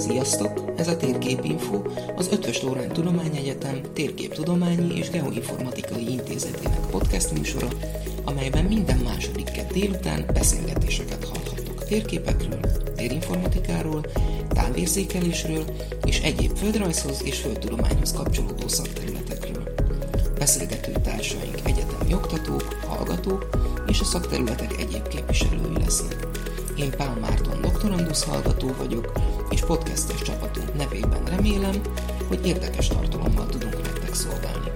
Sziasztok! Ez a Térképinfo, az Eötvös Loránd Tudományegyetem Térképtudományi és Geoinformatikai Intézetének podcast műsora, amelyben minden második kedd délután beszélgetéseket hallhattok térképekről, térinformatikáról, távérzékelésről és egyéb földrajzhoz és földtudományhoz kapcsolódó szakterületekről. Beszélgető társaink egyetemi oktatók, hallgatók és a szakterületek egyéb képviselői lesznek. Én Pál Márton doktorandusz hallgató vagyok, és podcastes csapatunk nevében remélem, hogy érdekes tartalommal tudunk nektek szolgálni.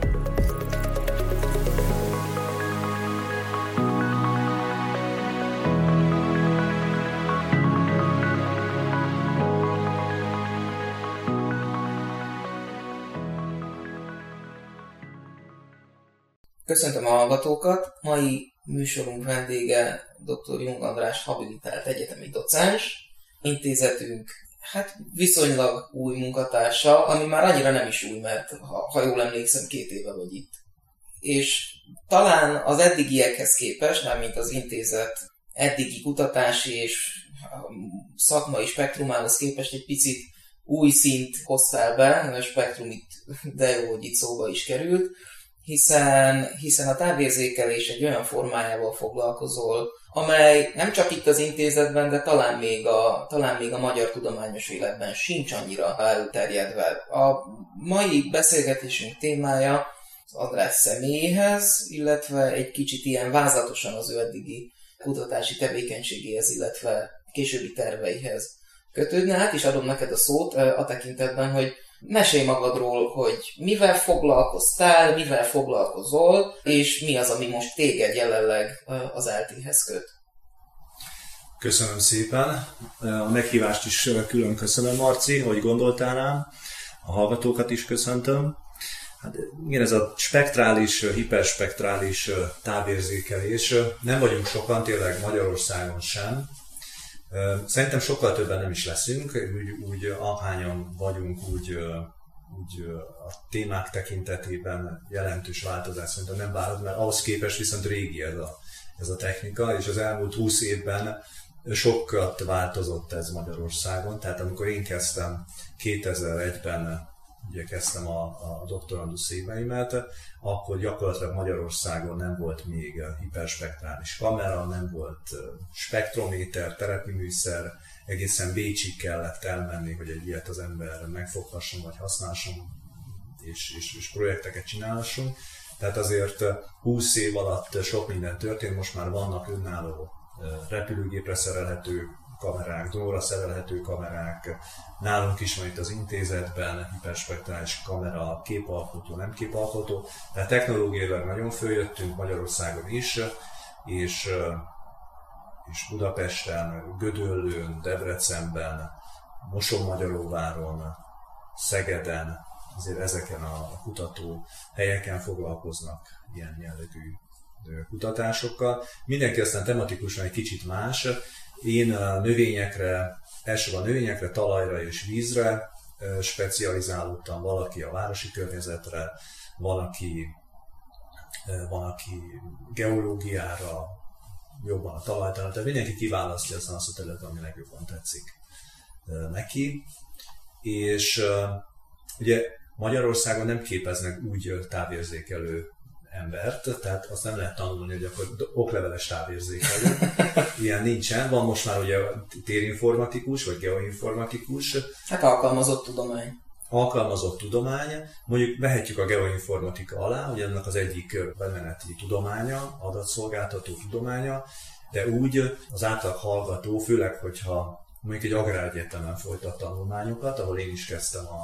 Köszöntöm a hallgatókat! Mai műsorunk vendége dr. Jung András habilitált egyetemi docens, intézetünk viszonylag új munkatársa, ami már annyira nem is új, mert ha jól emlékszem, 2 éve vagy itt. És talán az eddigiekhez képest, mármint az intézet eddigi kutatási és szakmai spektrumához képest egy picit új szint hoztál be, a spektrum itt, de jó, hogy itt szóba is került, hiszen a távérzékelés egy olyan formájával foglalkozol, amely nem csak itt az intézetben, de talán még a magyar tudományos életben sincs annyira elterjedve. A mai beszélgetésünk témája az András személyéhez, illetve egy kicsit ilyen vázlatosan az ő eddigi kutatási tevékenységéhez, illetve későbbi terveihez kötődne. Hát is adom neked a szót a tekintetben, hogy mesélj magadról, hogy mivel foglalkoztál, mivel foglalkozol, és mi az, ami most téged jelenleg az ELTE-hez köt. Köszönöm szépen. A meghívást is külön köszönöm, Marci, hogy gondoltál rám. A hallgatókat is köszöntöm. Hát igen, ez a spektrális, hiperspektrális távérzékelés. Nem vagyunk sokan, tényleg Magyarországon sem. Szerintem sokkal többen nem is leszünk, úgy ahányan vagyunk, úgy a témák tekintetében jelentős változás szerintem nem várhat, mert ahhoz képest viszont régi ez a technika, és az elmúlt 20 évben sokat változott ez Magyarországon. Tehát amikor én kezdtem 2001-ben, ugye kezdtem a doktorandusz éveimet, akkor gyakorlatilag Magyarországon nem volt még hiperspektrális kamera, nem volt spektrométer, terepiműszer, egészen Bécsig kellett elmenni, hogy egy ilyet az ember megfoghasson vagy használson, és projekteket csinálhasson. Tehát azért 20 év alatt sok minden történt, most már vannak önálló repülőgépre szerelhető kamerák, drónra szerelhető kamerák, nálunk is van itt az intézetben hiperspektrális kamera, képalkotó, nem képalkotó. Tehát technológiailag nagyon följöttünk Magyarországon is, és Budapesten, Gödöllőn, Debrecenben, Mosonmagyaróváron, Szegeden, azért ezeken a kutató helyeken foglalkoznak ilyen jellegű kutatásokkal. Mindenki aztán tematikusan egy kicsit más. Én elsősorban növényekre, talajra és vízre specializálódtam, valaki a városi környezetre, van, aki geológiára, jobban a talajtalan, tehát mindenki kiválasztja azt a területet, ami legjobban tetszik neki. És ugye Magyarországon nem képeznek úgy távérzékelő embert, tehát azt nem lehet tanulni, hogy akkor okleveles távérzékelő. Ilyen nincsen. Van most már ugye térinformatikus, vagy geoinformatikus. Hát alkalmazott tudomány. Alkalmazott tudomány. Mondjuk vehetjük a geoinformatika alá, ugye ennek az egyik bemeneti tudománya, adatszolgáltató tudománya, de úgy az átlag hallgató, főleg, hogyha mondjuk egy agráregyetemen folytat tanulmányokat, ahol én is kezdtem a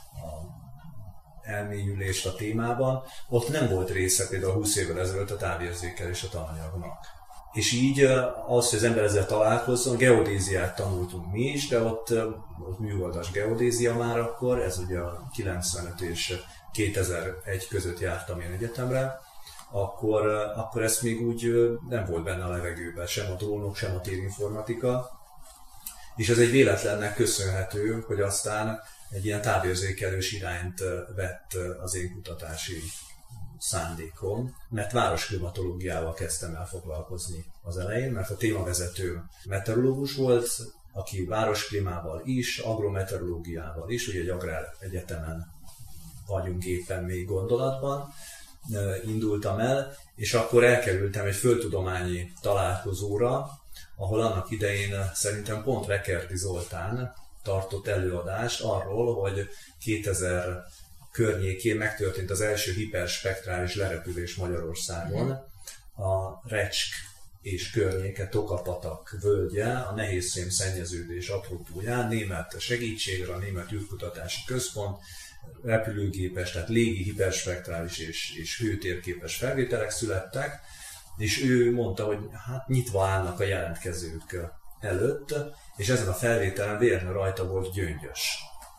elmélyülést a témában, ott nem volt része például 20 évvel ezelőtt a távérzékelés a tananyagnak. És így az, hogy az ember ezzel találkozzon, geodéziát tanultunk mi is, de ott műholdas geodézia már akkor, ez ugye a 95 és 2001 között jártam én egyetemre, akkor ez még úgy nem volt benne a levegőben, sem a drónok, sem a térinformatika. És ez egy véletlennek köszönhető, hogy aztán egy ilyen távérzékelős irányt vett az én kutatási szándékom, mert városklimatológiával kezdtem el foglalkozni az elején, mert a témavezető meteorológus volt, aki városklímával is, agrometeorológiával is, ugye egy agráregyetemen vagyunk éppen még gondolatban, indultam el, és akkor elkerültem egy földtudományi találkozóra, ahol annak idején szerintem pont Rekerdi Zoltán tartott előadást arról, hogy 2000 környékén megtörtént az első hiperspektrális lerepülés Magyarországon, a Recsk és környéke, Tokapatak völgye, a nehézszén szennyeződés apropóján, német segítségre, a Német űrkutatási központ, repülőgépes, tehát légi hiperspektrális és hőtérképes felvételek születtek, és ő mondta, hogy hát nyitva állnak a jelentkezők előtt, és ezen a felvételen véletlenül rajta volt Gyöngyös.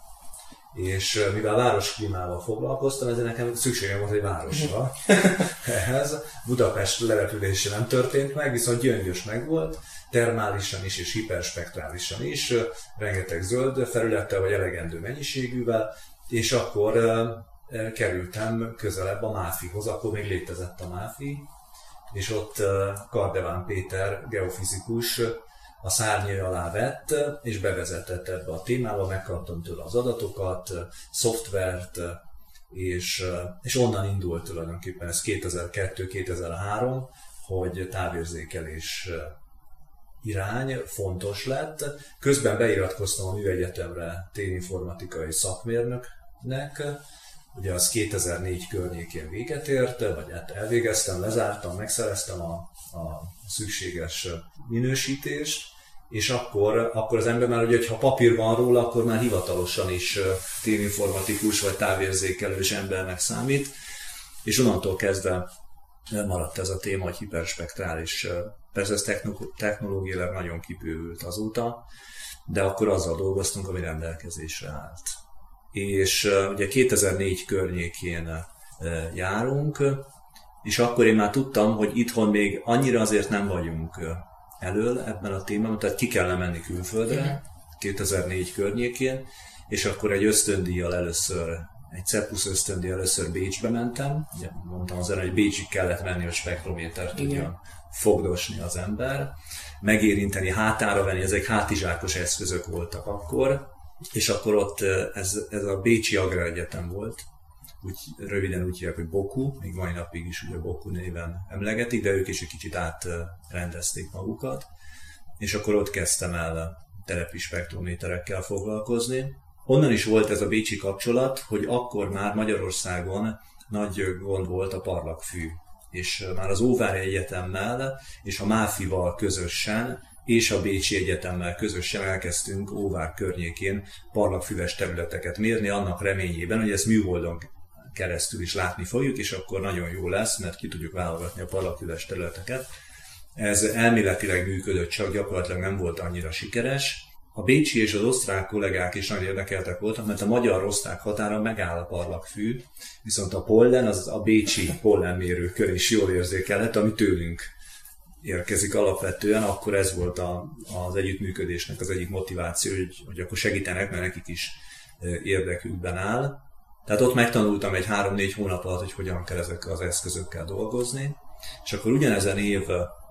És mivel városklímával foglalkoztam, ezért nekem szükségem volt egy városra ehhez. Budapest lerepülése nem történt meg, viszont Gyöngyös megvolt, termálisan is és hiperspektrálisan is, rengeteg zöld felülettel vagy elegendő mennyiségűvel, és akkor kerültem közelebb a MÁFI-hoz, akkor még létezett a MÁFI, és ott Kardeván Péter geofizikus a szárnyai alá vett, és bevezetett ebbe a témába, megkaptam tőle az adatokat, szoftvert, és onnan indult tulajdonképpen, ez 2002-2003, hogy távérzékelés irány fontos lett. Közben beiratkoztam a Műegyetemre térinformatikai szakmérnöknek, ugye az 2004 környékén véget ért, vagy hát elvégeztem, lezártam, megszereztem a szükséges minősítést, és akkor az ember már, ugye, ha papír van róla, akkor már hivatalosan is térinformatikus vagy távérzékelős embernek számít, és onnantól kezdve maradt ez a téma, hogy hiperspektrális. Persze ez technológiailag nagyon kibővült azóta, de akkor azzal dolgoztunk, ami rendelkezésre állt. És ugye 2004 környékén járunk, és akkor én már tudtam, hogy itthon még annyira azért nem vagyunk elől ebben a témában, tehát ki kellene menni külföldre 2004 környékén, és akkor egy ösztöndíjjal először, egy CEPUS ösztöndíjjal először Bécsbe mentem. Ugye mondtam az előbb, hogy Bécsig kellett menni, hogy spektrométert tudjon fogdosni az ember, megérinteni, hátára venni, ezek hátizsákos eszközök voltak akkor, és akkor ott ez a Bécsi Agráregyetem volt, röviden úgy hívják, hogy BOKU, még mai napig is ugye BOKU néven emlegetik, de ők is egy kicsit átrendezték magukat, és akkor ott kezdtem el telepi spektrométerekkel foglalkozni. Onnan is volt ez a bécsi kapcsolat, hogy akkor már Magyarországon nagy gond volt a parlagfű, és már az Óvári Egyetemmel és a MÁFI-val közösen és a Bécsi Egyetemmel közösen elkezdtünk Óvár környékén parlagfüves területeket mérni, annak reményében, hogy ezt műholdon keresztül is látni fogjuk, és akkor nagyon jó lesz, mert ki tudjuk válogatni a parlagfüves területeket. Ez elméletileg működött, csak gyakorlatilag nem volt annyira sikeres. A bécsi és az osztrák kollégák is nagyon érdekeltek voltak, mert a magyar-osztrák határon megáll a parlagfű, viszont a pollen, az a bécsi pollenmérőkör is jól érzékelhet, ami tőlünk érkezik alapvetően, akkor ez volt az együttműködésnek az egyik motiváció, hogy akkor segítenek, mert nekik is érdekükben áll. Tehát ott megtanultam egy 3-4 hónap alatt, hogy hogyan kell ezekkel az eszközökkel dolgozni, és akkor ugyanezen év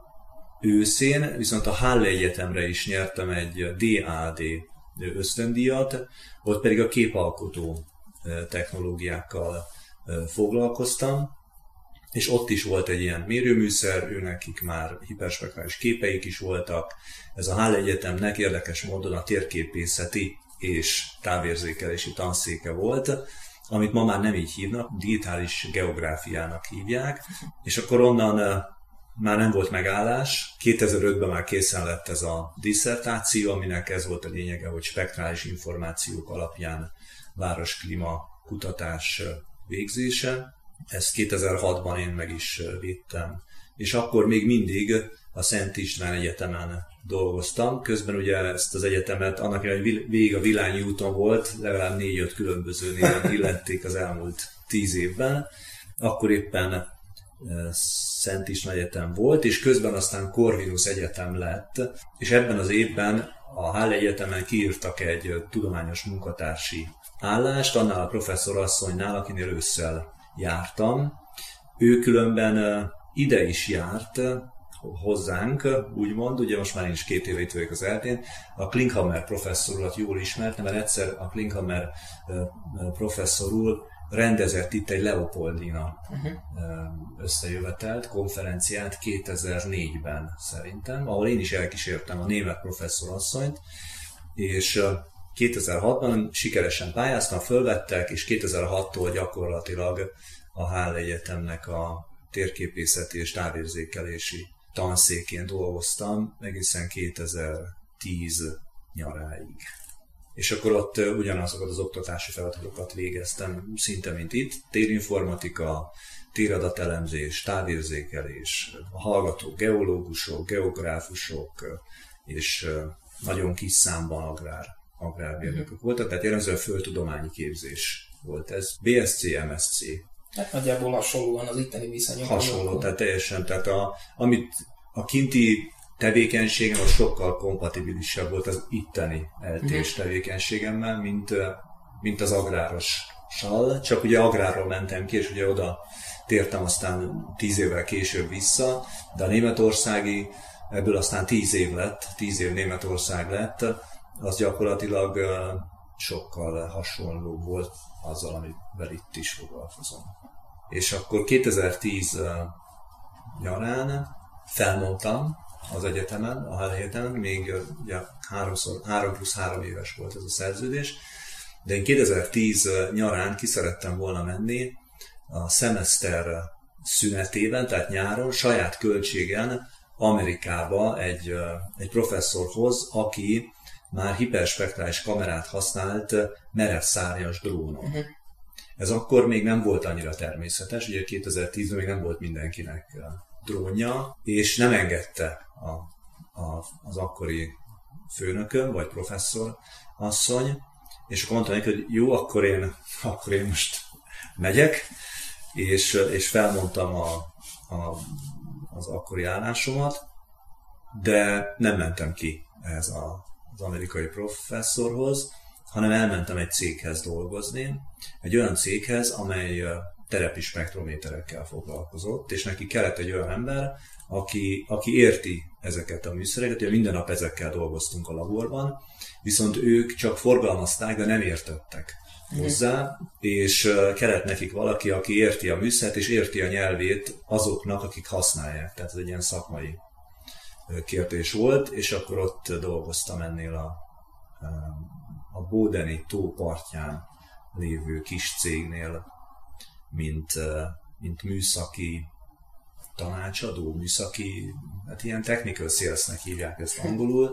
őszén, viszont a Halle Egyetemre is nyertem egy DAD ösztöndíjat, ott pedig a képalkotó technológiákkal foglalkoztam, és ott is volt egy ilyen mérőműszer, őnekik már hiperspektrális képeik is voltak. Ez a Halle Egyetemnek érdekes módon a térképészeti és távérzékelési tanszéke volt, amit ma már nem így hívnak, digitális geográfiának hívják, és akkor onnan már nem volt megállás. 2005-ben már készen lett ez a disszertáció, aminek ez volt a lényege, hogy spektrális információk alapján városklíma kutatás végzése. Ezt 2006-ban én meg is védtem. És akkor még mindig a Szent István Egyetemen dolgoztam. Közben ugye ezt az egyetemet, annak végig a Villányi úton volt, legalább 4-5 különböző néven illették az elmúlt 10 évben. Akkor éppen Szent István Egyetem volt, és közben aztán Corvinus Egyetem lett, és ebben az évben a Halle Egyetemen kiírtak egy tudományos munkatársi állást, annál a professzorasszonynál, akinél ősszel jártam. Ő különben ide is járt hozzánk, úgymond, ugye most már én is 2 éve itt vagyok az ELTE-n, a Klinkhammer professzor urat jól ismertem, mert egyszer a Klinkhammer professzor úr rendezett itt egy Leopoldina összejövetelt, konferenciát 2004-ben szerintem, ahol én is elkísértem a német professzorasszonyt, és 2006-ban sikeresen pályáztam, fölvettek, és 2006-tól gyakorlatilag a Háll Egyetemnek a térképészeti és távérzékelési tanszékén dolgoztam egészen 2010 nyaráig. És akkor ott ugyanazokat az oktatási feladatokat végeztem, szinte mint itt, térinformatika, téradatelemzés, távérzékelés, a hallgatók geológusok, geográfusok, és nagyon kis számban agrármérnökök voltak, tehát jellemzően földtudományi képzés volt ez. BSc, MSc. Hát nagyjából hasonlóan az itteni viszonyok. Hasonló, tehát teljesen, tehát amit a kinti tevékenységem az sokkal kompatibilisebb volt az itteni eltés tevékenységemmel, mint az agrárossal. Csak ugye agrárról mentem ki, és ugye oda tértem aztán 10 évvel később vissza, de a németországi, ebből aztán 10 év lett, 10 év Németország lett, az gyakorlatilag sokkal hasonló volt azzal, amivel itt is foglalkozom. És akkor 2010 nyarán felmondtam az egyetemen, a Háll Egyetemen, még ugye 3+3 éves volt ez a szerződés, de én 2010 nyarán ki szerettem volna menni a szemeszter szünetében, tehát nyáron, saját költségen Amerikába egy professzorhoz, aki már hiperspektrális kamerát használt merevszárnyas drónon. Ez akkor még nem volt annyira természetes, ugye 2010-ben még nem volt mindenkinek drónja, és nem engedte az akkori főnököm, vagy professzor asszony, és akkor mondta neki, hogy jó, akkor én most megyek, és felmondtam az akkori állásomat, de nem mentem ki ehhez az amerikai professzorhoz, hanem elmentem egy céghez dolgozni, egy olyan céghez, amely terepi spektrométerekkel foglalkozott, és neki kellett egy olyan ember, aki érti ezeket a műszereket, ugye minden nap ezekkel dolgoztunk a laborban, viszont ők csak forgalmazták, de nem értettek hozzá, és kellett nekik valaki, aki érti a műszert, és érti a nyelvét azoknak, akik használják. Tehát ez egy ilyen szakmai kérdés volt, és akkor ott dolgoztam ennél a Bodeni tó partján lévő kis cégnél, mint műszaki tanácsadó, műszaki, hát ilyen technical salesnek hívják ezt angolul,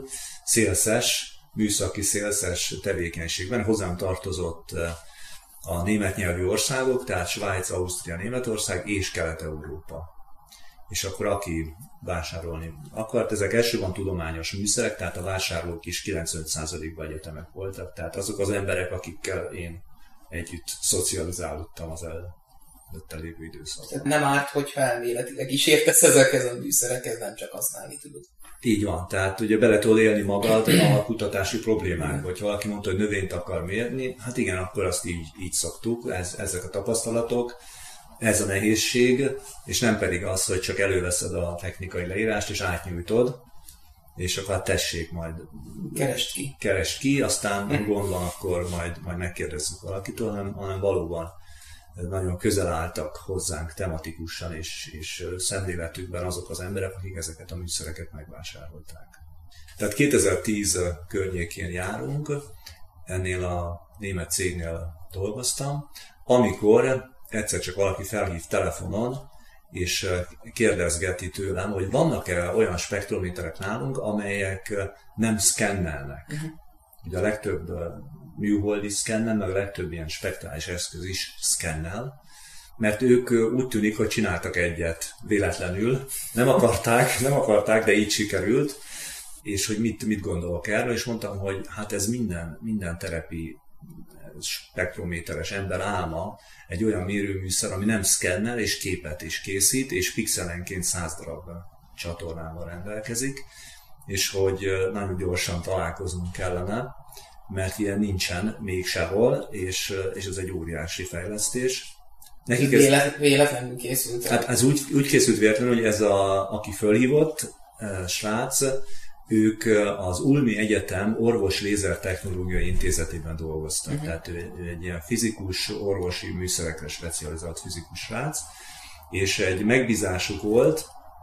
műszaki szélszes tevékenységben. Hozzám tartozott a német nyelvű országok, tehát Svájc, Ausztria, Németország és Kelet-Európa. És akkor aki vásárolni akart, ezek elsősorban tudományos műszerek, tehát a vásárlók is 95%-ban egyetemek voltak, tehát azok az emberek, akikkel én együtt szocializálódtam az előtte lévő időszakban. Tehát nem árt, hogyha elméletileg is értesz ezekhez a műszerekhez, nem csak használni tudod. Így van, tehát ugye bele tudod élni magad a kutatási problémákba. Hogyha valaki mondta, hogy növényt akar mérni, hát igen, akkor azt így szoktuk, ezek a tapasztalatok, ez a nehézség, és nem pedig az, hogy csak előveszed a technikai leírást és átnyújtod, és akkor hát tessék majd keresd ki, aztán gond van, akkor majd megkérdezzük valakitől, hanem valóban nagyon közel álltak hozzánk tematikusan és szemléletükben azok az emberek, akik ezeket a műszereket megvásárolták. Tehát 2010 környékén járunk, ennél a német cégnél dolgoztam, amikor egyszer csak valaki felhív telefonon, és kérdezgeti tőlem, hogy vannak-e olyan spektrométerek nálunk, amelyek nem szkennelnek. Ugye a legtöbb műholdi szkennel, meg a legtöbb ilyen spektrális eszköz is szkennel, mert ők úgy tűnik, hogy csináltak egyet véletlenül, nem akarták, de így sikerült, és hogy mit gondolok erről, és mondtam, hogy hát ez minden terepi spektrométeres ember álma, egy olyan mérőműszer, ami nem szkennel, és képet is készít, és pixelenként 100 darab csatornával rendelkezik, és hogy nagyon gyorsan találkoznunk kellene, mert ilyen nincsen még sehol, és ez egy óriási fejlesztés. Nekik véletlenül készült. Hát ez úgy készült véletlenül, hogy ez aki fölhívott, srác, ők az Ulmi Egyetem orvos-lézertechnológiai intézetében dolgoztak. Tehát ő egy ilyen fizikus, orvosi műszerekre specializált fizikus srác, és egy megbízásuk volt,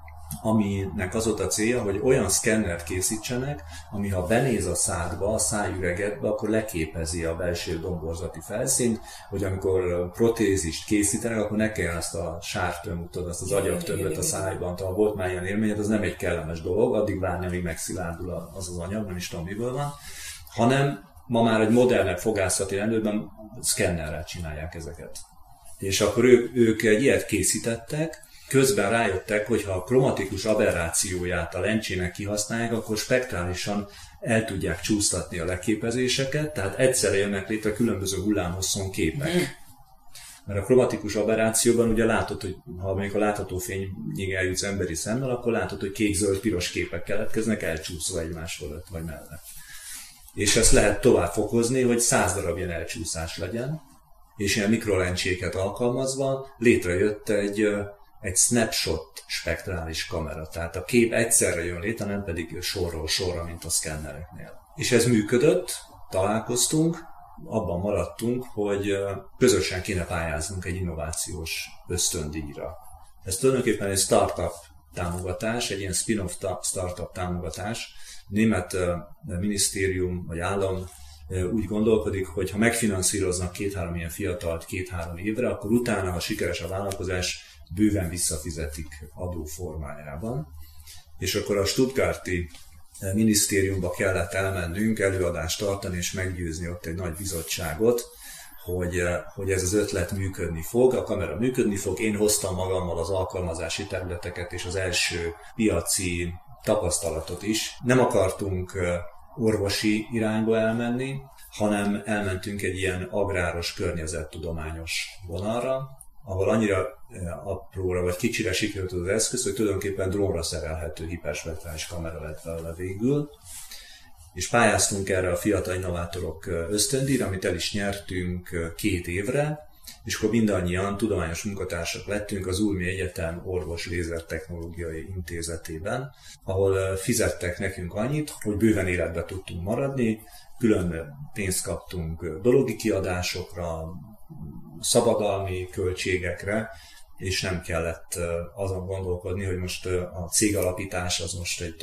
aminek az volt a célja, hogy olyan szkennert készítsenek, ami ha benéz a szádba, a szájüregedbe, akkor leképezi a belső domborzati felszínt, hogy amikor protézist készítenek, akkor ne kell azt a sártömöt, azt az agyagtömöt a szájban. Ha volt már ilyen élményed, az nem egy kellemes dolog, addig várni, amíg megszilárdul az anyag, nem is tudom miből van, hanem ma már egy modernebb fogászati rendőrben szkennerrel csinálják ezeket. És akkor ők egy ilyet készítettek, közben rájöttek, hogy ha a kromatikus aberrációját a lencsének kihasználják, akkor spektrálisan el tudják csúsztatni a leképezéseket, tehát egyszerre jönnek létre különböző hullámhosszon képek. Mert a kromatikus aberrációban ugye látod, hogy ha mondjuk a látható fényig eljutsz emberi szemmel, akkor látod, hogy kék-zöld-piros képek keletkeznek elcsúszva egymás fölött vagy mellett. És ezt lehet tovább fokozni, hogy 100 darab ilyen elcsúszás legyen, és ilyen mikrolencséket alkalmazva létrejött egy snapshot spektrális kamera. Tehát a kép egyszerre jön létre, nem pedig sorról sorra, mint a szkennereknél. És ez működött, találkoztunk, abban maradtunk, hogy közösen kéne pályáznunk egy innovációs ösztöndíjra. Ez tulajdonképpen egy startup támogatás, egy ilyen spin-off startup támogatás. Német minisztérium vagy állam úgy gondolkodik, hogy ha megfinanszíroznak 2-3 ilyen fiatalt 2-3 évre, akkor utána, ha sikeres a vállalkozás, bőven visszafizetik adó formájában. És akkor a stuttgarti minisztériumba kellett elmennünk, előadást tartani és meggyőzni ott egy nagy bizottságot, hogy ez az ötlet működni fog, a kamera működni fog. Én hoztam magammal az alkalmazási területeket és az első piaci tapasztalatot is. Nem akartunk orvosi irányba elmenni, hanem elmentünk egy ilyen agráros, környezettudományos vonalra, ahol annyira apróra vagy kicsire sikerült az eszköz, hogy tulajdonképpen drónra szerelhető hiperspektrális kamera lett belőle végül. És pályáztunk erre a fiatal innovátorok ösztöndíjra, amit el is nyertünk 2 évre, és akkor mindannyian tudományos munkatársak lettünk az Ulmi Egyetem orvos-lézertechnológiai intézetében, ahol fizettek nekünk annyit, hogy bőven életbe tudtunk maradni, külön pénzt kaptunk dologi kiadásokra, szabadalmi költségekre, és nem kellett azon gondolkodni, hogy most a cégalapítás az most egy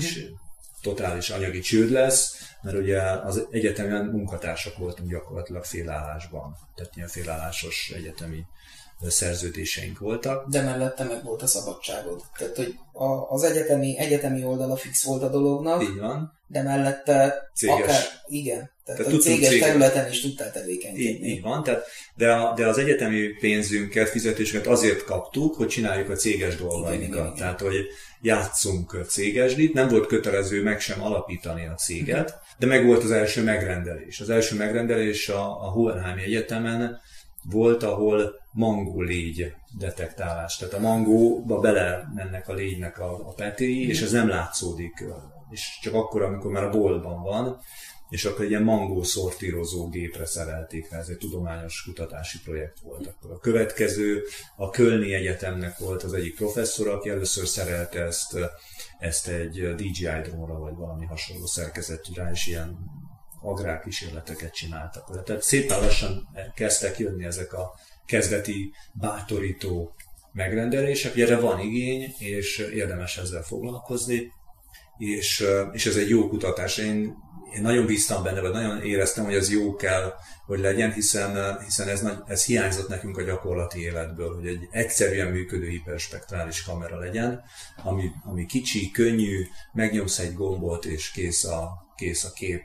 totális anyagi csőd lesz, mert ugye az egyetemen munkatársak voltunk gyakorlatilag félállásban, tehát ilyen félállásos egyetemi szerződéseink voltak. De mellette meg volt a szabadságod. Tehát, hogy az egyetemi oldala fix volt a dolognak, így van. De mellette céges. Akár, igen, tehát a céges területen is tudtál tevékenykedni. Így van, tehát, de az egyetemi pénzünket, fizetésünket azért kaptuk, hogy csináljuk a céges dolgainkat. Igen. Tehát, hogy játszunk cégesdit, nem volt kötelező meg sem alapítani a céget, de meg volt az első megrendelés. Az első megrendelés a Hohenheimi Egyetemen volt, ahol mangó légy detektálás. Tehát a mangóba bele mennek a légynek a petéi, és ez nem látszódik. És csak akkor, amikor már a boltban van, és akkor egy ilyen mangó szortírozó gépre szerelték rá, ez egy tudományos kutatási projekt volt. Akkor a következő, a Kölni Egyetemnek volt az egyik professzor, aki először szerelte ezt egy DJI drónra, vagy valami hasonló szerkezetű rá, és ilyen agrárkísérleteket csináltak. Tehát szépen lassan kezdtek jönni ezek a kezdeti bátorító megrendelések, erre van igény, és érdemes ezzel foglalkozni, és ez egy jó kutatás. Én nagyon bíztam benne, vagy nagyon éreztem, hogy ez jó kell, hogy legyen, hiszen ez hiányzott nekünk a gyakorlati életből, hogy egy egyszerűen működő hiperspektrális kamera legyen, ami kicsi, könnyű, megnyomsz egy gombot, és kész a kép,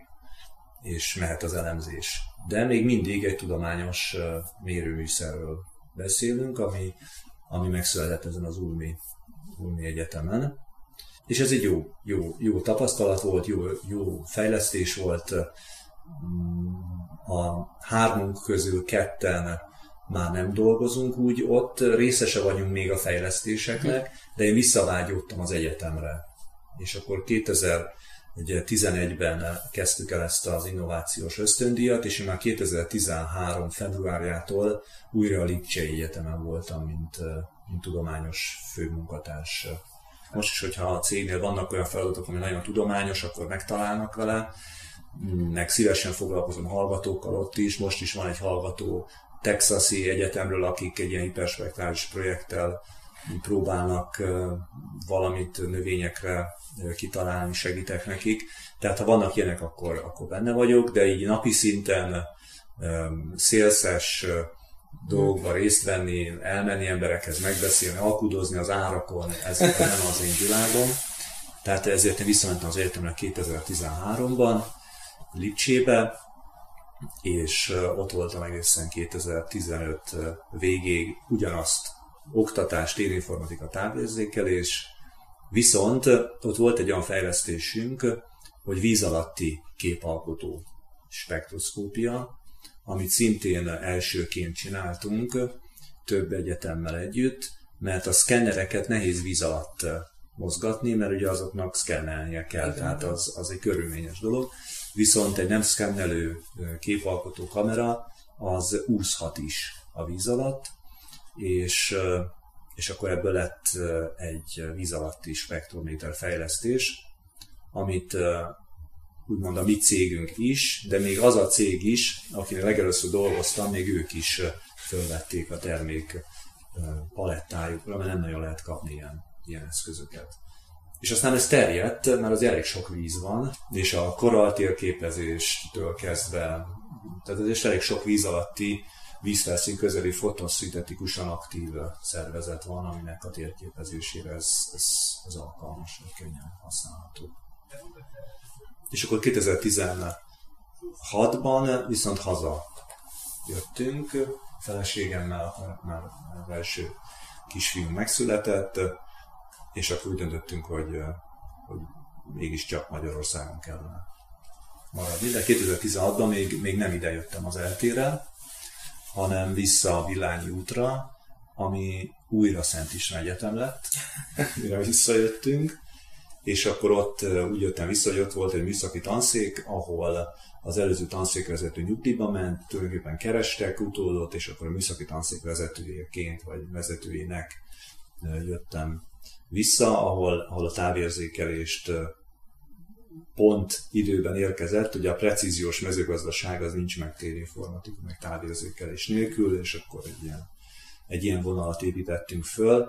és mehet az elemzés. De még mindig egy tudományos mérőműszerről beszélünk, ami megszületett ezen az Ulmi Egyetemen. És ez egy jó tapasztalat volt, jó fejlesztés volt. A 3 közül 2 már nem dolgozunk úgy ott, részese vagyunk még a fejlesztéseknek, de én visszavágyódtam az egyetemre. És akkor Ugye 2011-ben kezdtük el ezt az innovációs ösztöndíjat, és én már 2013. februárjától újra a Lipcsei Egyetemen voltam, mint tudományos főmunkatárs. Most is, hogyha a cégnél vannak olyan feladatok, ami nagyon tudományos, akkor megtalálnak vele, meg szívesen foglalkozom hallgatókkal ott is. Most is van egy hallgató Texasi Egyetemről, akik egy ilyen hiperspektrális projekttel próbálnak valamit növényekre kitalálni, segítek nekik. Tehát ha vannak ilyenek, akkor benne vagyok, de így napi szinten szélszes dolgokban részt venni, elmenni emberekhez, megbeszélni, alkudozni az árakon, ez nem az én világom. Tehát ezért én visszamentem az egyetemre 2013-ban, Lipcsébe, és ott voltam egészen 2015 végéig ugyanazt, oktatás, térinformatika, távérzékelés, viszont ott volt egy olyan fejlesztésünk, hogy víz alatti képalkotó spektroszkópia, amit szintén elsőként csináltunk több egyetemmel együtt, mert a szkennereket nehéz víz alatt mozgatni, mert ugye azoknak szkennelnie kell, tehát az egy körülményes dolog. Viszont egy nem szkennelő képalkotó kamera az úszhat is a víz alatt, és akkor ebből lett egy víz alatti spektrométer fejlesztés, amit úgymond a mi cégünk is, de még az a cég is, akinek legelőször dolgoztam, még ők is fölvették a termék palettájukra, mert nem nagyon lehet kapni ilyen eszközöket. És aztán ez terjedt, mert az elég sok víz van, és a koralltérképezéstől kezdve, tehát ez is elég sok víz alatti, vízfelszín közeli fotoszintetikusan aktív szervezet van, aminek a térképezésére ez alkalmas, vagy könnyen használható. És akkor 2016-ban viszont haza jöttünk, feleségemmel már az első kisfiunk megszületett, és akkor úgy döntöttünk, hogy mégiscsak Magyarországon kellene maradni. De 2016-ban még nem ide jöttem az eltére, hanem vissza a Villányi útra, ami újra Szent István Egyetem lett, mire visszajöttünk, és akkor ott úgy jöttem vissza, hogy ott volt egy műszaki tanszék, ahol az előző tanszékvezető nyugdíjba ment, tulajdonképpen kerestek utódot, és akkor a műszaki tanszék vezetőjeként, vagy vezetőjének jöttem vissza, ahol a távérzékelést pont időben érkezett, ugye a precíziós mezőgazdaság az nincs meg térinformatika, meg távérzékelés nélkül, és akkor egy ilyen vonalat építettünk föl,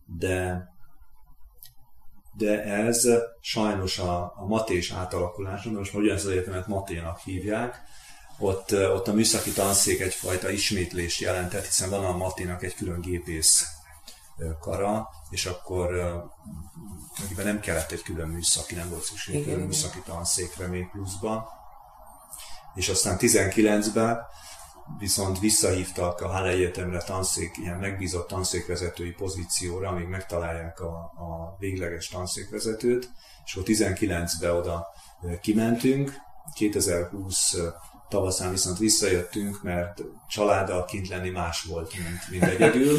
de ez sajnos a matés átalakuláson, most már ugyanaz az egyetemet maténak hívják, ott a műszaki tanszék egyfajta ismétlést jelentett, hiszen van a maténak egy külön gépész kara, és akkor nem kellett egy külön műszaki, nem volt szükség külön műszaki tanszékre még pluszba. És aztán 19-ben viszont visszahívtak a Halle Egyetemre ilyen megbízott tanszékvezetői pozícióra, amíg megtalálják a végleges tanszékvezetőt, és akkor 19-ben oda kimentünk, 2020 tavaszán viszont visszajöttünk, mert családdal kint lenni más volt, mint egyedül,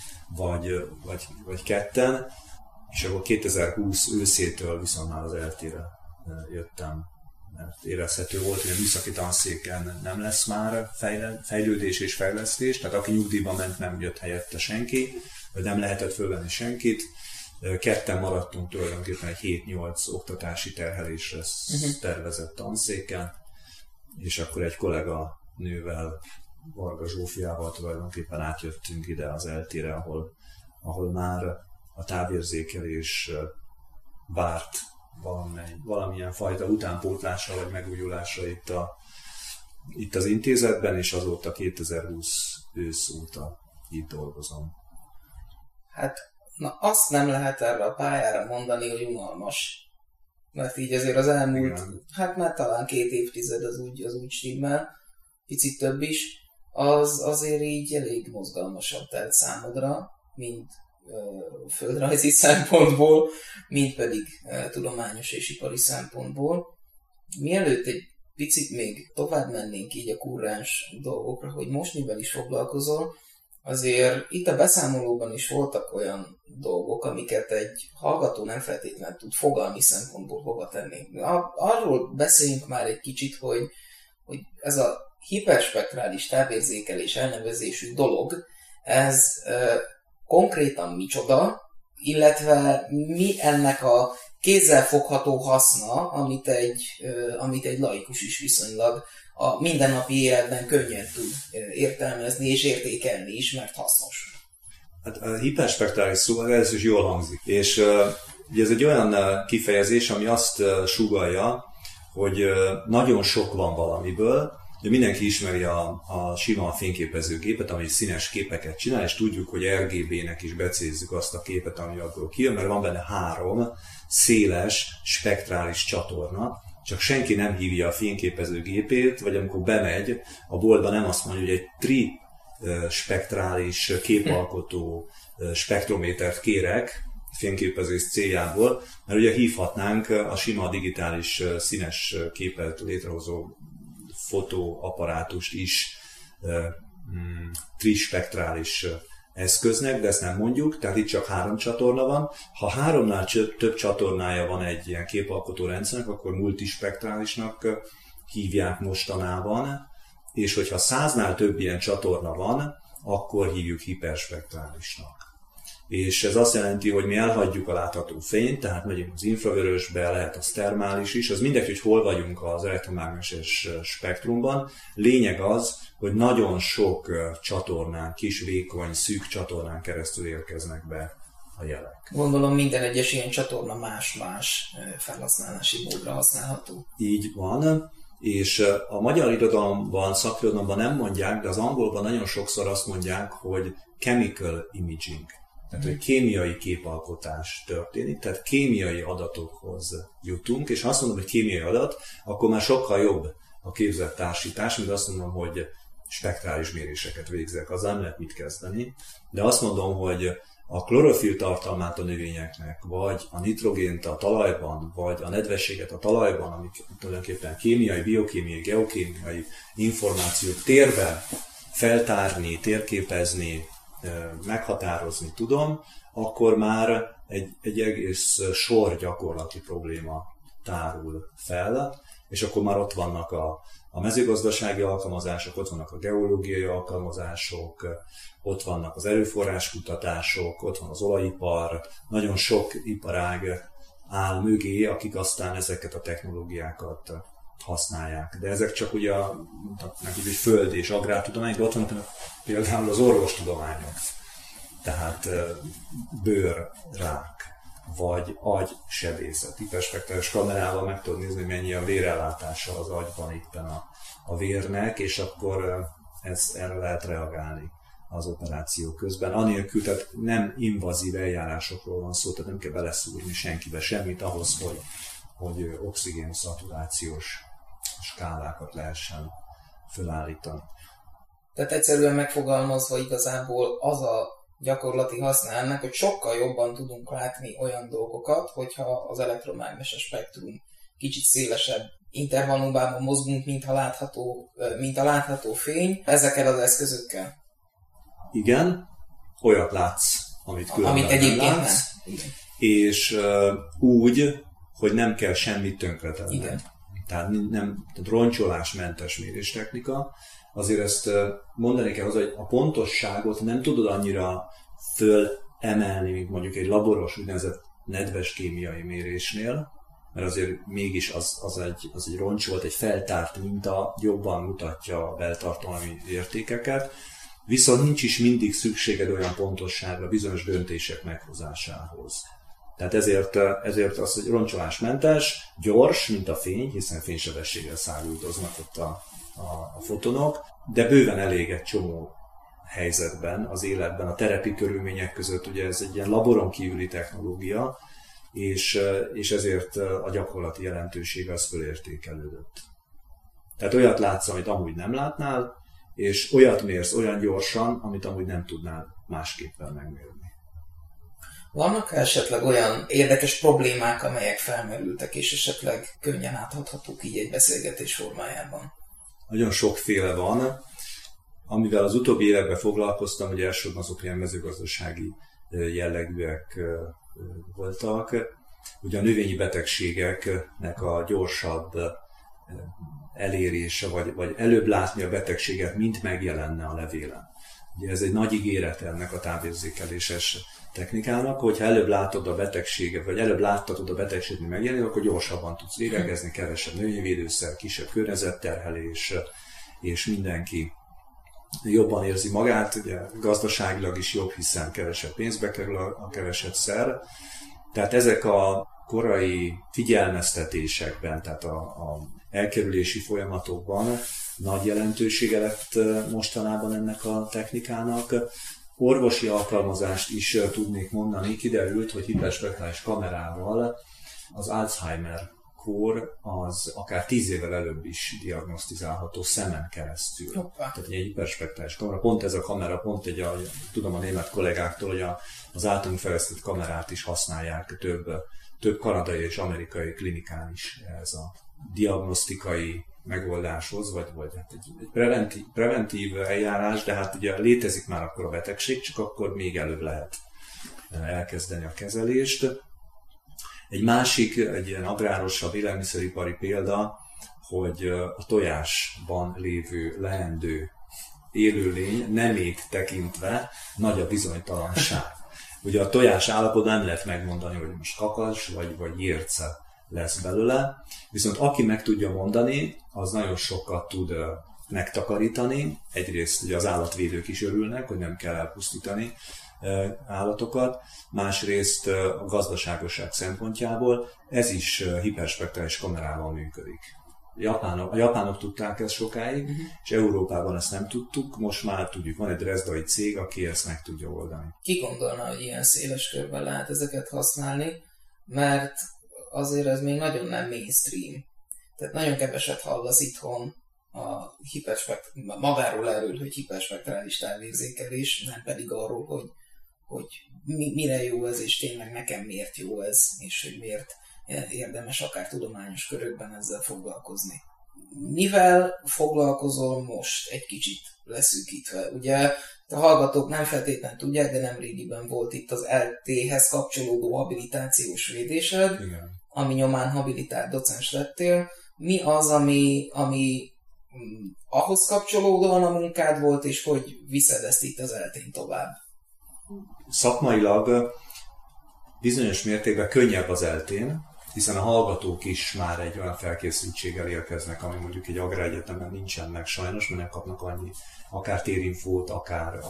vagy ketten, és akkor 2020 őszétől viszont már az eltére jöttem, mert érezhető volt, hogy a műszaki tanszéken nem lesz már fejlődés és fejlesztés, tehát aki nyugdíjba ment, nem jött helyette senki, vagy nem lehetett fölvenni senkit. Ketten maradtunk tulajdonképpen egy 7-8 oktatási terhelésre tervezett tanszéken, és akkor egy kollega nővel, Varga Zsófiával tulajdonképpen átjöttünk ide az eltére, ahol már a távérzékelés várt valamilyen fajta utánpótlásra vagy megújulásra itt az intézetben, és azóta 2020 ősz óta itt dolgozom. Hát, azt nem lehet erre a pályára mondani, hogy unalmas. Mert így azért az elmúlt, hát már talán 2 évtized az úgy stimmel, picit több is, az azért így elég mozgalmasabb telt számodra, mint földrajzi szempontból, mint pedig tudományos és ipari szempontból. Mielőtt egy picit még tovább mennénk így a kurrens dolgokra, hogy most mivel is foglalkozol, Azért itt a beszámolóban is voltak olyan dolgok, amiket egy hallgató nem feltétlenül tud fogalmi szempontból hova tenni. Arról beszéljünk már egy kicsit, hogy ez a hiperspektrális távérzékelés elnevezésű dolog, ez konkrétan micsoda, illetve mi ennek a kézzelfogható haszna, amit egy laikus is viszonylag a mindennapi életben könnyen tud értelmezni és értékelni is, mert hasznos. Hát a hiperspektrális szó ez is jól hangzik, és ugye ez egy olyan kifejezés, ami azt sugallja, hogy nagyon sok van valamiből. Ugye mindenki ismeri a sima fényképezőgépet, ami színes képeket csinál, és tudjuk, hogy RGB-nek is becézzük azt a képet, ami abból kijön, mert van benne 3 széles, spektrális csatorna, csak senki nem hívja a fényképezőgépét, vagy amikor bemegy a boltba, nem azt mondja, hogy egy trispektrális képalkotó spektrométert kérek fényképezés céljából, mert ugye hívhatnánk a sima digitális színes képet létrehozó fotóapparátust is trispektrális eszköznek, de ezt nem mondjuk, tehát itt csak 3 csatorna van. Ha 3-nál több csatornája van egy ilyen képalkotó rendszernek, akkor multispektrálisnak hívják mostanában, és hogyha 100-nál több ilyen csatorna van, akkor hívjuk hiperspektrálisnak. És ez azt jelenti, hogy mi elhagyjuk a látható fényt, tehát megyünk az infravörösbe, lehet az termális is, az mindegy, hogy hol vagyunk az elektromágneses spektrumban. Lényeg az, hogy nagyon sok csatornán, kis, vékony, szűk csatornán keresztül érkeznek be a jelek. Gondolom minden egyes ilyen csatorna más-más felhasználási módra használható. Így van, és a magyar irodalomban, szakirodalomban nem mondják, de az angolban nagyon sokszor azt mondják, hogy chemical imaging. Tehát, hogy kémiai képalkotás történik, tehát kémiai adatokhoz jutunk, és ha azt mondom, hogy kémiai adat, akkor már sokkal jobb a képzett társítás, mint azt mondom, hogy spektrális méréseket végzek, azzal nem lehet mit kezdeni. De azt mondom, hogy a klorofil tartalmát a növényeknek, vagy a nitrogént a talajban, vagy a nedvességet a talajban, amik tulajdonképpen kémiai, biokémiai, geokémiai információt térben feltárni, térképezni, meghatározni tudom, akkor már egy egész sor gyakorlati probléma tárul fel, és akkor már ott vannak a mezőgazdasági alkalmazások, ott vannak a geológiai alkalmazások, ott vannak az erőforráskutatások, ott van az olajipar, nagyon sok iparág áll mögé, akik aztán ezeket a technológiákat használják. De ezek csak ugye egy föld- és agrártudomány, de ott vannak például az orvostudományok. Tehát bőrrák, vagy agysebészet. Hiperspektrális kamerával meg tudod nézni, mennyi a vérellátása az agyban éppen a vérnek, és akkor erre lehet reagálni az operáció közben. Anélkül, tehát nem invazív eljárásokról van szó, tehát nem kell beleszúrni senkibe semmit ahhoz, hogy oxigén szaturációs skálákat lehessen felállítani. Tehát egyszerűen megfogalmazva igazából az a gyakorlati haszna ennek, hogy sokkal jobban tudunk látni olyan dolgokat, hogyha az elektromágneses spektrum kicsit szélesebb intervallumában mozgunk, mint a látható fény ezekkel az eszközökkel. Igen, olyat látsz, amit egyébként nem látsz, és úgy, hogy nem kell semmit tönkretenni. Igen. Tehát roncsolásmentes méréstechnika. Azért ezt mondani kell hozzá, hogy a pontosságot nem tudod annyira fölemelni, mint mondjuk egy laboros úgynevezett nedves kémiai mérésnél, mert azért mégis az egy roncsolt, egy feltárt minta jobban mutatja a beltartalmi értékeket, viszont nincs is mindig szükséged olyan pontosságra bizonyos döntések meghozásához. Tehát ezért az, hogy roncsolásmentes, gyors, mint a fény, hiszen fénysebességgel száguldoznak ott a fotonok, de bőven elég egy csomó helyzetben, az életben, a terepi körülmények között, ugye ez egy ilyen laboron kívüli technológia, és ezért a gyakorlati jelentősége az fölértékelődött. Tehát olyat látsz, amit amúgy nem látnál, és olyat mérsz olyan gyorsan, amit amúgy nem tudnál másképpen megmérni. Vannak esetleg olyan érdekes problémák, amelyek felmerültek, és esetleg könnyen áthathatók így egy beszélgetés formájában? Nagyon sokféle van. amivel az utóbbi években foglalkoztam, hogy elsősorban azok ilyen mezőgazdasági jellegűek voltak. Ugye a növényi betegségeknek a gyorsabb elérése, vagy előbb látni a betegséget, mint megjelenne a levélen. Ugye ez egy nagy ígéret ennek a távérzékeléses technikának, hogyha előbb látod a betegséget, vagy előbb láttatod a betegséget, mint megjelenik, akkor gyorsabban tudsz védekezni, kevesebb növényvédőszer, kisebb környezetterhelés, és mindenki jobban érzi magát, ugye gazdaságilag is jobb, hiszen kevesebb pénzbe kerül a kevesebb szer. Tehát ezek a korai figyelmeztetésekben, tehát a elkerülési folyamatokban nagy jelentősége lett mostanában ennek a technikának. Orvosi alkalmazást is tudnék mondani, kiderült, hogy hiperspektrális kamerával az Alzheimer-kór az akár 10 évvel előbb is diagnosztizálható szemen keresztül. Tehát egy hiperspektrális kamera, pont ez a kamera, tudom a német kollégáktól, hogy az általunk fejlesztett kamerát is használják több kanadai és amerikai klinikán is ez a diagnosztikai megoldáshoz, vagy hát egy preventív eljárás, de hát ugye létezik már akkor a betegség, csak akkor még előbb lehet elkezdeni a kezelést. Egy másik, egy ilyen agrárosabb élelmiszeripari példa, hogy a tojásban lévő leendő élőlény nemét tekintve nagy a bizonytalanság. Ugye a tojás állapotban nem lehet megmondani, hogy most kakas vagy jérce lesz belőle, viszont aki meg tudja mondani, az nagyon sokat tud megtakarítani. Egyrészt ugye az állatvédők is örülnek, hogy nem kell elpusztítani állatokat, másrészt a gazdaságosság szempontjából ez is hiperspektrális kamerával működik. A japánok tudták ezt sokáig, és Európában ezt nem tudtuk, most már tudjuk, van egy dresdai cég, aki ezt meg tudja oldani. Ki gondolna, hogy ilyen széles körben lehet ezeket használni, mert azért ez még nagyon nem mainstream. Tehát nagyon keveset hallasz itthon magáról erről, hogy hiperspektrális távérzékelés, nem pedig arról, hogy mire jó ez, és tényleg nekem miért jó ez, és hogy miért érdemes akár tudományos körökben ezzel foglalkozni. Mivel foglalkozol most egy kicsit leszűkítve? Ugye a hallgatók nem feltétlenül tudják, de nemrégiben volt itt az LT-hez kapcsolódó habilitációs védésed, igen, ami nyomán habilitált docens lettél. Mi az, ami ahhoz kapcsolódóan a munkád volt, és hogy viszed ezt itt az LT-n tovább? Szakmailag bizonyos mértékben könnyebb az LT-n, hiszen a hallgatók is már egy olyan felkészültséggel érkeznek, ami mondjuk egy agráregyetemen nincsen meg sajnos, mert nem kapnak annyi akár térinfót, akár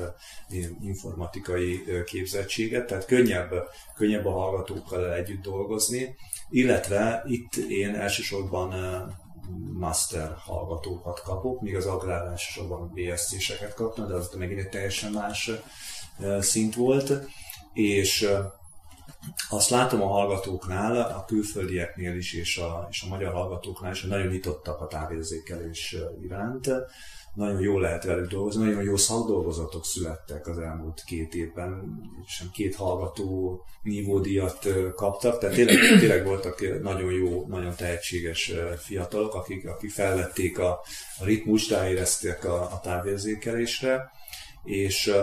informatikai képzettséget, tehát könnyebb a hallgatókkal együtt dolgozni, illetve itt én elsősorban master hallgatókat kapok, míg az agrár elsősorban BSc-seket kaptam, de az megint egy teljesen más szint volt, és azt látom a hallgatóknál, a külföldieknél is, és a magyar hallgatóknál is, hogy nagyon nyitottak a távérzékelés iránt. Nagyon jól lehet velük dolgozni, nagyon jó szakdolgozatok születtek az elmúlt 2 évben, és 2 hallgató nívódíjat kaptak, tehát tényleg voltak nagyon jó, nagyon tehetséges fiatalok, akik felvették a ritmust, ráérezték a távérzékelésre, és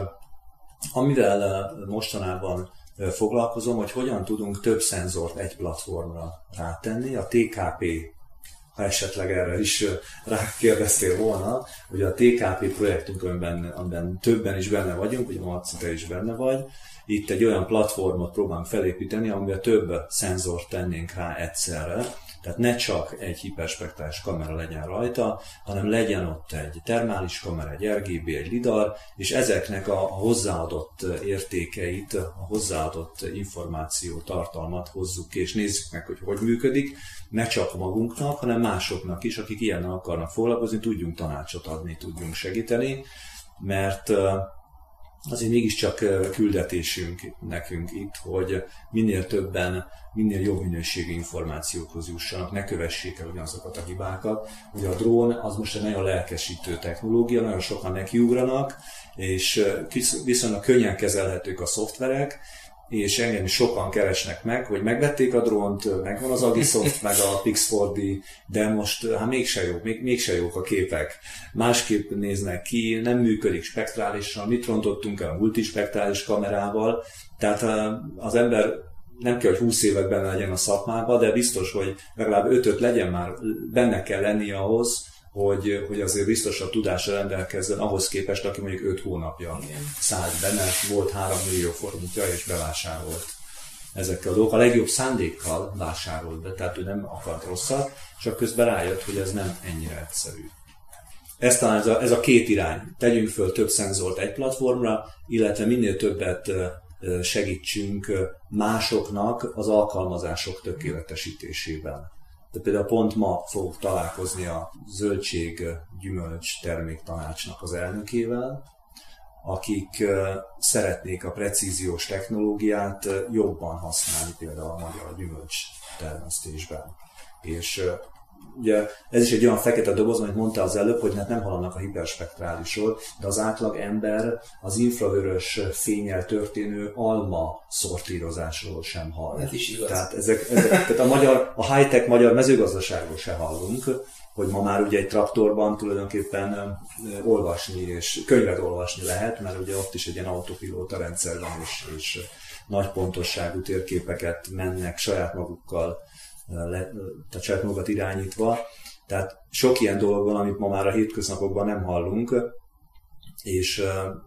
amivel mostanában foglalkozom, hogy hogyan tudunk több szenzort egy platformra rátenni. A TKP, ha esetleg erre is rákérdeztél volna, hogy a TKP projektünkben többen is benne vagyunk, ugye Marci, te is benne vagy. Itt egy olyan platformot próbálunk felépíteni, amivel több szenzort tennénk rá egyszerre. Tehát ne csak egy hiperspektrális kamera legyen rajta, hanem legyen ott egy termális kamera, egy RGB, egy lidar, és ezeknek a hozzáadott értékeit, a hozzáadott információ tartalmat hozzuk ki, és nézzük meg, hogy működik, ne csak magunknak, hanem másoknak is, akik ilyennel akarnak foglalkozni, tudjunk tanácsot adni, tudjunk segíteni, mert azért mégiscsak küldetésünk nekünk itt, hogy minél többen, minél jobb minőségű információkhoz jussanak, ne kövessék el ugyanazokat a hibákat. Ugye a drón az most egy nagyon lelkesítő technológia, nagyon sokan nekiugranak, és viszonylag könnyen kezelhetők a szoftverek, és engem is sokan keresnek meg, hogy megvették a drónt, megvan az Agisoft, meg a Pix4D, de most hát mégse jók a képek. Másképp néznek ki, nem működik spektrálisan, mit rontottunk el a multispektrális kamerával, tehát az ember nem kell, hogy 20 évet benne legyen a szakmában, de biztos, hogy legalább 5-öt legyen már, benne kell lenni ahhoz, hogy azért biztosabb tudásra rendelkezzen ahhoz képest, aki mondjuk 5 hónapja szállt benne, volt 3 millió forintja és bevásárolt ezekkel a dolgokkal. A legjobb szándékkal vásárolt be, tehát ő nem akart rosszat, csak közben rájött, hogy ez nem ennyire egyszerű. Ez talán ez a két irány. Tegyünk föl több szenzort egy platformra, illetve minél többet segítsünk másoknak az alkalmazások tökéletesítésében. De például pont ma fogok találkozni a zöldség-gyümölcs terméktanácsnak az elnökével, akik szeretnék a precíziós technológiát jobban használni például a magyar gyümölcs termesztésben. És ugye ez is egy olyan fekete doboz, amit mondta az előbb, hogy nem hallanak a hiperspektrálisról, de az átlag ember az infravörös fénnyel történő alma szortírozásról sem hall. Ez is igaz. Tehát, tehát a high-tech magyar mezőgazdaságról se hallunk, hogy ma már ugye egy traktorban tulajdonképpen olvasni és könyvet olvasni lehet, mert ugye ott is egy ilyen autopilóta rendszer van, és nagy pontosságú térképeket mennek saját magukkal, tehát saját magukat irányítva. Tehát sok ilyen dolog van, amit ma már a hétköznapokban nem hallunk, és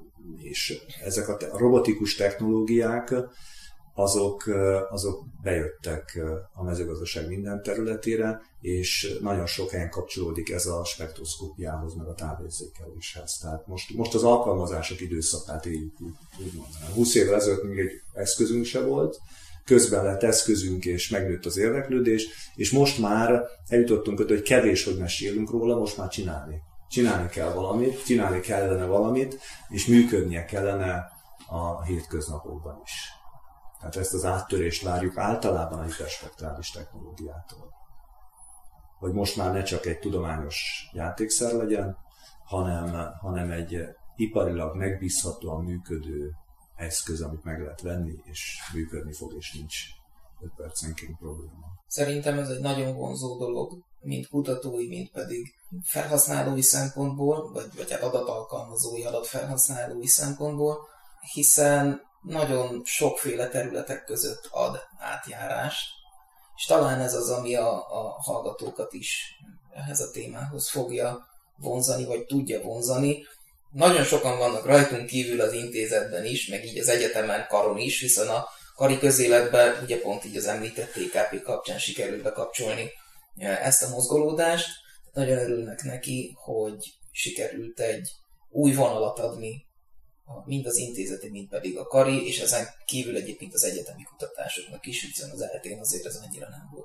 ezek a robotikus technológiák, azok bejöttek a mezőgazdaság minden területére, és nagyon sok helyen kapcsolódik ez a spektroszkópiához, meg a távérzékeléshez. Tehát most az alkalmazások időszakát éljük, úgy mondanám. 20 évvel ezelőtt még egy eszközünk se volt, közben lett eszközünk, és megnőtt az érdeklődés, és most már eljutottunk oda, hogy kevés, hogy mesélünk róla, most már csinálni kell valamit, csinálni kellene valamit, és működnie kellene a hétköznapokban is. Tehát ezt az áttörést várjuk általában a hiperspektrális technológiától. Hogy most már ne csak egy tudományos játékszer legyen, hanem egy iparilag megbízhatóan működő eszköz, amit meg lehet venni, és működni fog, és nincs 5 percenként probléma. Szerintem ez egy nagyon vonzó dolog, mind kutatói, mind pedig felhasználói szempontból, vagy adatalkalmazói, adatfelhasználói szempontból, hiszen nagyon sokféle területek között ad átjárást, és talán ez az, ami a hallgatókat is ehhez a témához fogja vonzani, vagy tudja vonzani. Nagyon sokan vannak rajtunk kívül az intézetben is, meg így az egyetemen, karon is, hiszen a kari közéletben ugye pont így az említett TKP kapcsán sikerült bekapcsolni ezt a mozgolódást. Nagyon örülnek neki, hogy sikerült egy új vonalat adni mind az intézeti, mind pedig a kari, és ezen kívül egyébként az egyetemi kutatásoknak is, hiszen az eltén azért ez annyira nem volt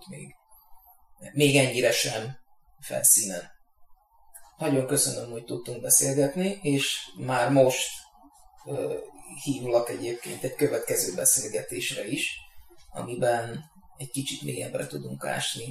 még ennyire sem felszínen. Nagyon köszönöm, hogy tudtunk beszélgetni, és már most hívlak egyébként egy következő beszélgetésre is, amiben egy kicsit mélyebbre tudunk ásni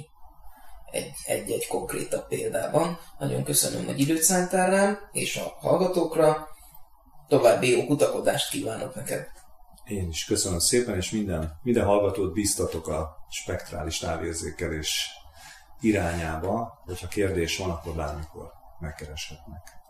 egy konkrétabb példában. Nagyon köszönöm, hogy időt szántál rám, és a hallgatókra. További jó kutakodást kívánok neked. Én is köszönöm szépen, és minden hallgatót bíztatok a spektrális távérzékelés irányába, hogyha kérdés van, akkor bármikor megkereshetnek.